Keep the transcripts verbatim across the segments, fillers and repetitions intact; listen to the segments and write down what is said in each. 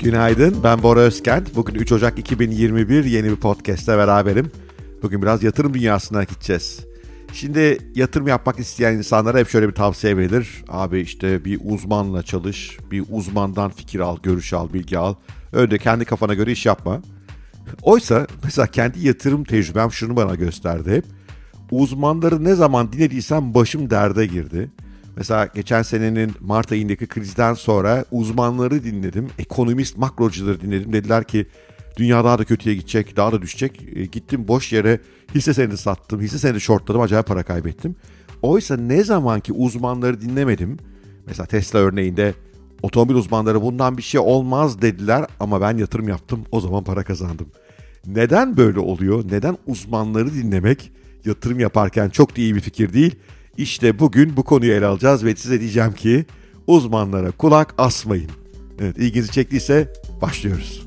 Günaydın, ben Bora Özkent. Bugün üç Ocak iki bin yirmi bir yeni bir podcast'te beraberim. Bugün biraz yatırım dünyasına gideceğiz. Şimdi yatırım yapmak isteyen insanlara hep şöyle bir tavsiye verilir. Abi işte bir uzmanla çalış, bir uzmandan fikir al, görüş al, bilgi al. Öyle kendi kafana göre iş yapma. Oysa mesela kendi yatırım tecrübem şunu bana gösterdi hep. Uzmanları ne zaman dinlediysem başım derde girdi. Mesela geçen senenin Mart ayındaki krizden sonra uzmanları dinledim. Ekonomist, makrocuları dinledim. Dediler ki dünya daha da kötüye gidecek, daha da düşecek. E, gittim boş yere hisse senedi sattım, hisse senedi shortladım, acayip para kaybettim. Oysa ne zaman ki uzmanları dinlemedim, mesela Tesla örneğinde otomobil uzmanları bundan bir şey olmaz dediler ama ben yatırım yaptım, o zaman para kazandım. Neden böyle oluyor? Neden uzmanları dinlemek yatırım yaparken çok da iyi bir fikir değil? İşte bugün bu konuyu ele alacağız ve size diyeceğim ki uzmanlara kulak asmayın. Evet, ilginizi çektiyse başlıyoruz.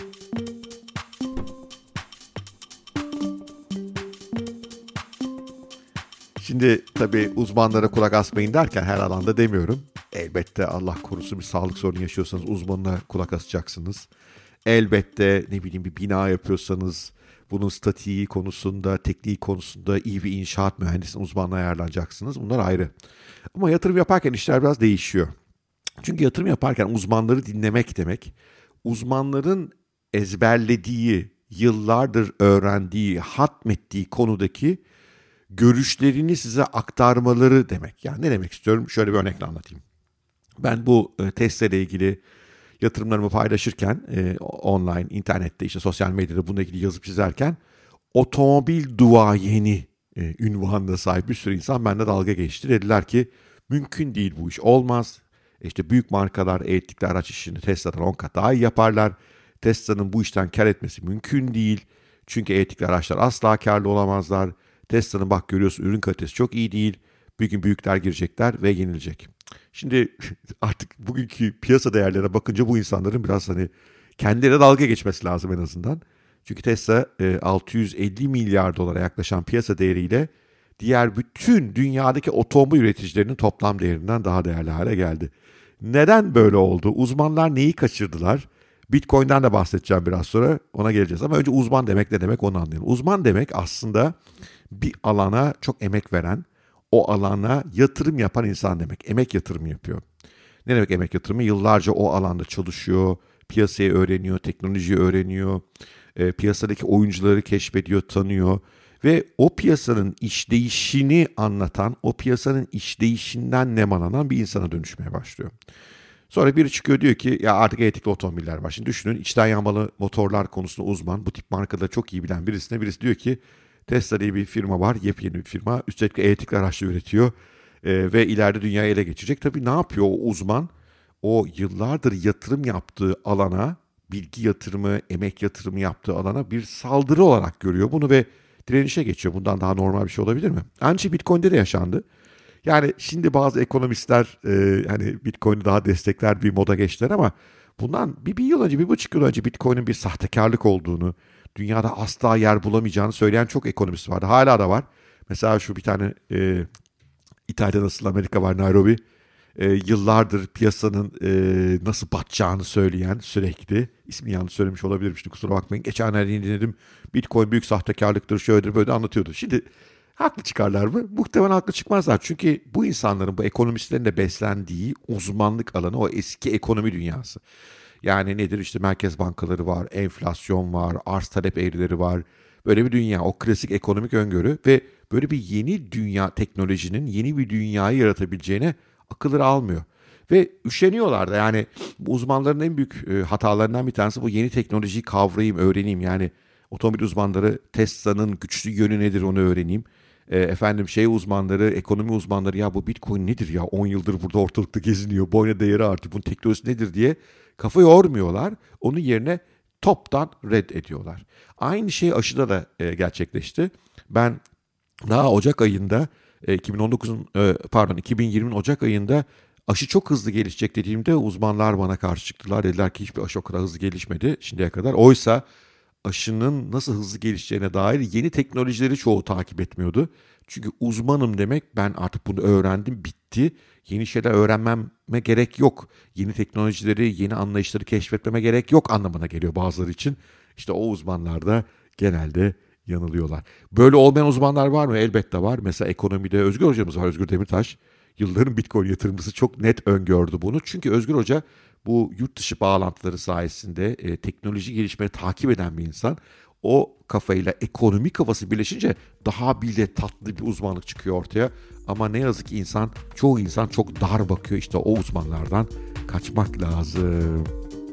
Şimdi tabii uzmanlara kulak asmayın derken her alanda demiyorum. Elbette Allah korusun bir sağlık sorunu yaşıyorsanız uzmanına kulak asacaksınız. Elbette ne bileyim bir bina yapıyorsanız bunun statiği konusunda, tekniği konusunda iyi bir inşaat mühendisinin uzmanına ayarlanacaksınız. Bunlar ayrı. Ama yatırım yaparken işler biraz değişiyor. Çünkü yatırım yaparken uzmanları dinlemek demek, uzmanların ezberlediği, yıllardır öğrendiği, hatmettiği konudaki görüşlerini size aktarmaları demek. Yani ne demek istiyorum? Şöyle bir örnekle anlatayım. Ben bu e, Tesla ile ilgili yatırımlarımı paylaşırken e, online, internette, işte sosyal medyada bununla ilgili yazıp çizerken otomobil duayeni e, ünvanına sahip bir sürü insan benimle dalga geçti. Dediler ki mümkün değil, bu iş olmaz. E İşte büyük markalar elektrikli araç işini Tesla'dan on kat daha iyi yaparlar. Tesla'nın bu işten kar etmesi mümkün değil. Çünkü elektrikli araçlar asla karlı olamazlar. Tesla'nın bak görüyorsun ürün kalitesi çok iyi değil. Bir gün büyükler girecekler ve yenilecek. Şimdi artık bugünkü piyasa değerlerine bakınca bu insanların biraz hani kendilerine dalga geçmesi lazım en azından. Çünkü Tesla altı yüz elli milyar dolara yaklaşan piyasa değeriyle diğer bütün dünyadaki otomobil üreticilerinin toplam değerinden daha değerli hale geldi. Neden böyle oldu? Uzmanlar neyi kaçırdılar? Bitcoin'den de bahsedeceğim biraz sonra, ona geleceğiz. Ama önce uzman demek ne demek onu anlayalım. Uzman demek aslında bir alana çok emek veren, o alana yatırım yapan insan demek. Emek yatırımı yapıyor. Ne demek emek yatırımı? Yıllarca o alanda çalışıyor, piyasayı öğreniyor, teknolojiyi öğreniyor, e, piyasadaki oyuncuları keşfediyor, tanıyor ve o piyasanın işleyişini anlatan, o piyasanın işleyişinden nemalanan bir insana dönüşmeye başlıyor. Sonra biri çıkıyor diyor ki ya artık elektrikli otomobiller var. Şimdi düşünün, içten yanmalı motorlar konusunda uzman, bu tip markaları çok iyi bilen birisine birisi diyor ki Tesla diye bir firma var, yepyeni bir firma. Üstelik elektrikli araçlar üretiyor e, ve ileride dünyayı ele geçirecek. Tabii ne yapıyor o uzman? O yıllardır yatırım yaptığı alana, bilgi yatırımı, emek yatırımı yaptığı alana bir saldırı olarak görüyor bunu ve direnişe geçiyor. Bundan daha normal bir şey olabilir mi? Aynı şey Bitcoin'de de yaşandı. Yani şimdi bazı ekonomistler e, hani Bitcoin'i daha destekler bir moda geçtiler ama bundan bir, bir yıl önce, bir buçuk yıl önce Bitcoin'in bir sahtekarlık olduğunu, dünyada asla yer bulamayacağını söyleyen çok ekonomist vardı. Hala da var. Mesela şu bir tane e, İtalya'da asıl Amerika var, Nairobi. E, yıllardır piyasanın e, nasıl batacağını söyleyen, sürekli ismini yanlış söylemiş olabilirim, şimdi kusura bakmayın. Geçenlerde dinledim, Bitcoin büyük sahtekarlıktır, şöyledir böyle anlatıyordu. Şimdi haklı çıkarlar mı? Muhtemelen haklı çıkmazlar. Çünkü bu insanların, bu ekonomistlerin de beslendiği uzmanlık alanı o eski ekonomi dünyası. Yani nedir, işte merkez bankaları var, enflasyon var, arz talep eğrileri var. Böyle bir dünya, o klasik ekonomik öngörü ve böyle bir yeni dünya, teknolojinin yeni bir dünyayı yaratabileceğine akılları almıyor. Ve üşeniyorlar da, yani bu uzmanların en büyük e, hatalarından bir tanesi bu, yeni teknolojiyi kavrayayım, öğreneyim. Yani otomobil uzmanları Tesla'nın güçlü yönü nedir onu öğreneyim. E, efendim şey uzmanları, ekonomi uzmanları ya bu Bitcoin nedir ya, on yıldır burada ortalıkta geziniyor, boyuna değeri artıyor, bunun teknolojisi nedir diye kafa yormuyorlar. Onun yerine toptan red ediyorlar. Aynı şey aşıda da e, gerçekleşti. Ben daha Ocak ayında e, iki bin on dokuzun e, pardon iki bin yirminin Ocak ayında aşı çok hızlı gelişecek dediğimde uzmanlar bana karşı çıktılar. Dediler ki hiçbir aşı o kadar hızlı gelişmedi şimdiye kadar. Oysa aşının nasıl hızlı gelişeceğine dair yeni teknolojileri çoğu takip etmiyordu. Çünkü uzmanım demek, ben artık bunu öğrendim, bitti. Yeni şeyler öğrenmeme gerek yok. Yeni teknolojileri, yeni anlayışları keşfetmeme gerek yok anlamına geliyor bazıları için. İşte o uzmanlar da genelde yanılıyorlar. Böyle olmayan uzmanlar var mı? Elbette var. Mesela ekonomide Özgür hocamız var, Özgür Demirtaş. Yılların Bitcoin yatırımcısı, çok net öngördü bunu. Çünkü Özgür Hoca bu yurt dışı bağlantıları sayesinde e, teknoloji gelişmeleri takip eden bir insan. O kafayla ekonomi kafası birleşince daha bile tatlı bir uzmanlık çıkıyor ortaya. Ama ne yazık ki insan, çoğu insan çok dar bakıyor. İşte o uzmanlardan kaçmak lazım.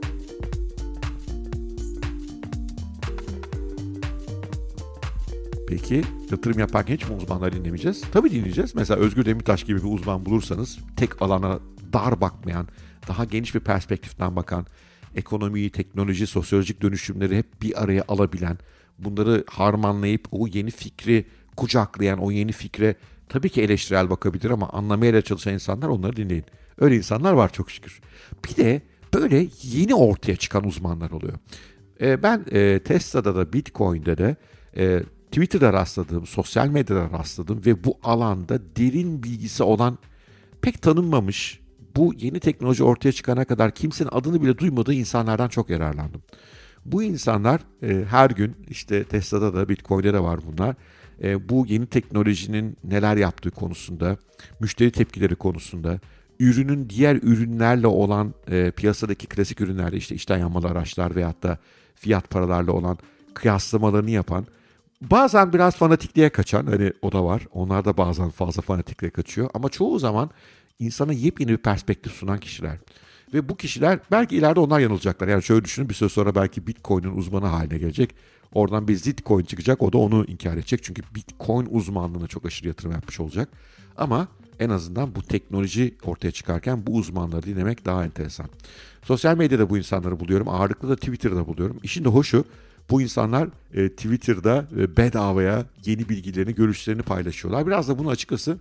Peki yatırım yaparken hiç mi uzmanları dinlemeyeceğiz? Tabii dinleyeceğiz. Mesela Özgür Demirtaş gibi bir uzman bulursanız, tek alana dar bakmayan, daha geniş bir perspektiften bakan, ekonomiyi, teknoloji, sosyolojik dönüşümleri hep bir araya alabilen, bunları harmanlayıp o yeni fikri kucaklayan, o yeni fikre tabii ki eleştirel bakabilir ama anlamaya çalışan insanlar, onları dinleyin. Öyle insanlar var çok şükür. Bir de böyle yeni ortaya çıkan uzmanlar oluyor. E, ben e, Tesla'da da Bitcoin'de de e, Twitter'da rastladığım, sosyal medyada rastladım ve bu alanda derin bilgisi olan, pek tanınmamış, bu yeni teknoloji ortaya çıkana kadar kimsenin adını bile duymadığı insanlardan çok yararlandım. Bu insanlar e, her gün, işte Tesla'da da Bitcoin'de de var bunlar, e, bu yeni teknolojinin neler yaptığı konusunda, müşteri tepkileri konusunda, ürünün diğer ürünlerle olan e, piyasadaki klasik ürünlerle, işte içten yanmalı araçlar veyahut da fiyat paralarla olan kıyaslamalarını yapan, bazen biraz fanatikliğe kaçan, hani o da var. Onlar da bazen fazla fanatikliğe kaçıyor. Ama çoğu zaman insana yepyeni bir perspektif sunan kişiler. Ve bu kişiler belki ileride onlar yanılacaklar. Yani şöyle düşünün, bir süre sonra belki Bitcoin'in uzmanı haline gelecek. Oradan bir Zitcoin çıkacak, o da onu inkar edecek. Çünkü Bitcoin uzmanlığına çok aşırı yatırım yapmış olacak. Ama en azından bu teknoloji ortaya çıkarken bu uzmanları dinlemek daha enteresan. Sosyal medyada bu insanları buluyorum. Ağırlıklı da Twitter'da buluyorum. İşin de hoşu, bu insanlar e, Twitter'da e, bedavaya yeni bilgilerini, görüşlerini paylaşıyorlar. Biraz da bunu açıkçası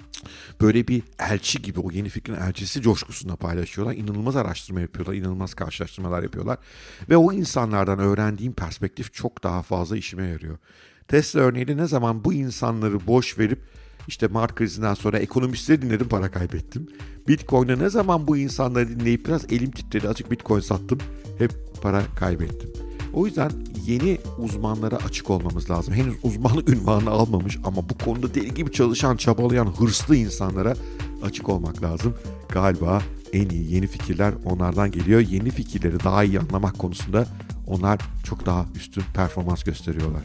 böyle bir elçi gibi, o yeni fikrin elçisi coşkusunda paylaşıyorlar. İnanılmaz araştırma yapıyorlar, inanılmaz karşılaştırmalar yapıyorlar. Ve o insanlardan öğrendiğim perspektif çok daha fazla işime yarıyor. Tesla örneğiyle ne zaman bu insanları boş verip, işte Mart krizinden sonra ekonomistleri dinledim, para kaybettim. Bitcoin'e ne zaman bu insanları dinleyip biraz elim titredi, azıcık Bitcoin sattım, hep para kaybettim. O yüzden yeni uzmanlara açık olmamız lazım. Henüz uzmanlık unvanını almamış ama bu konuda deli gibi çalışan, çabalayan, hırslı insanlara açık olmak lazım. Galiba en iyi yeni fikirler onlardan geliyor. Yeni fikirleri daha iyi anlamak konusunda onlar çok daha üstün performans gösteriyorlar.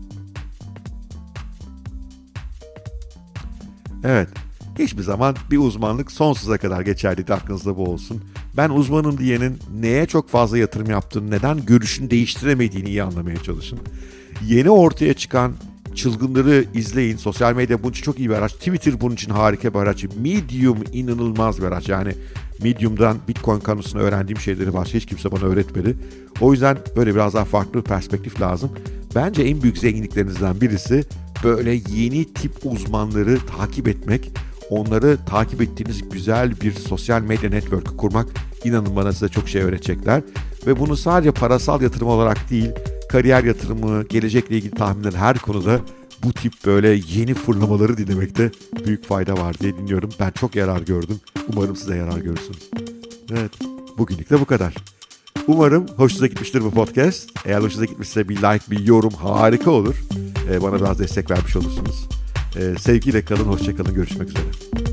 Evet, hiçbir zaman bir uzmanlık sonsuza kadar geçerli de, aklınızda bu olsun. Ben uzmanım diyenin neye çok fazla yatırım yaptığını, neden görüşünü değiştiremediğini iyi anlamaya çalışın. Yeni ortaya çıkan çılgınları izleyin. Sosyal medya bunun için çok iyi bir araç. Twitter bunun için harika bir araç. Medium inanılmaz bir araç. Yani Medium'dan Bitcoin konusunda öğrendiğim şeyleri başka hiç kimse bana öğretmedi. O yüzden böyle biraz daha farklı bir perspektif lazım. Bence en büyük zenginliklerinizden birisi böyle yeni tip uzmanları takip etmek. Onları takip ettiğiniz güzel bir sosyal medya network'ü kurmak, inanın bana, size çok şey öğretecekler. Ve bunu sadece parasal yatırım olarak değil, kariyer yatırımı, gelecekle ilgili tahminler, her konuda bu tip böyle yeni fırlamaları dinlemekte büyük fayda var diye dinliyorum. Ben çok yarar gördüm. Umarım size yarar görürsünüz. Evet, bugünlük de bu kadar. Umarım hoşunuza gitmiştir bu podcast. Eğer hoşunuza gitmişse bir like, bir yorum harika olur. Ee, bana biraz destek vermiş olursunuz. Ee, sevgiyle kalın, hoşça kalın, görüşmek üzere.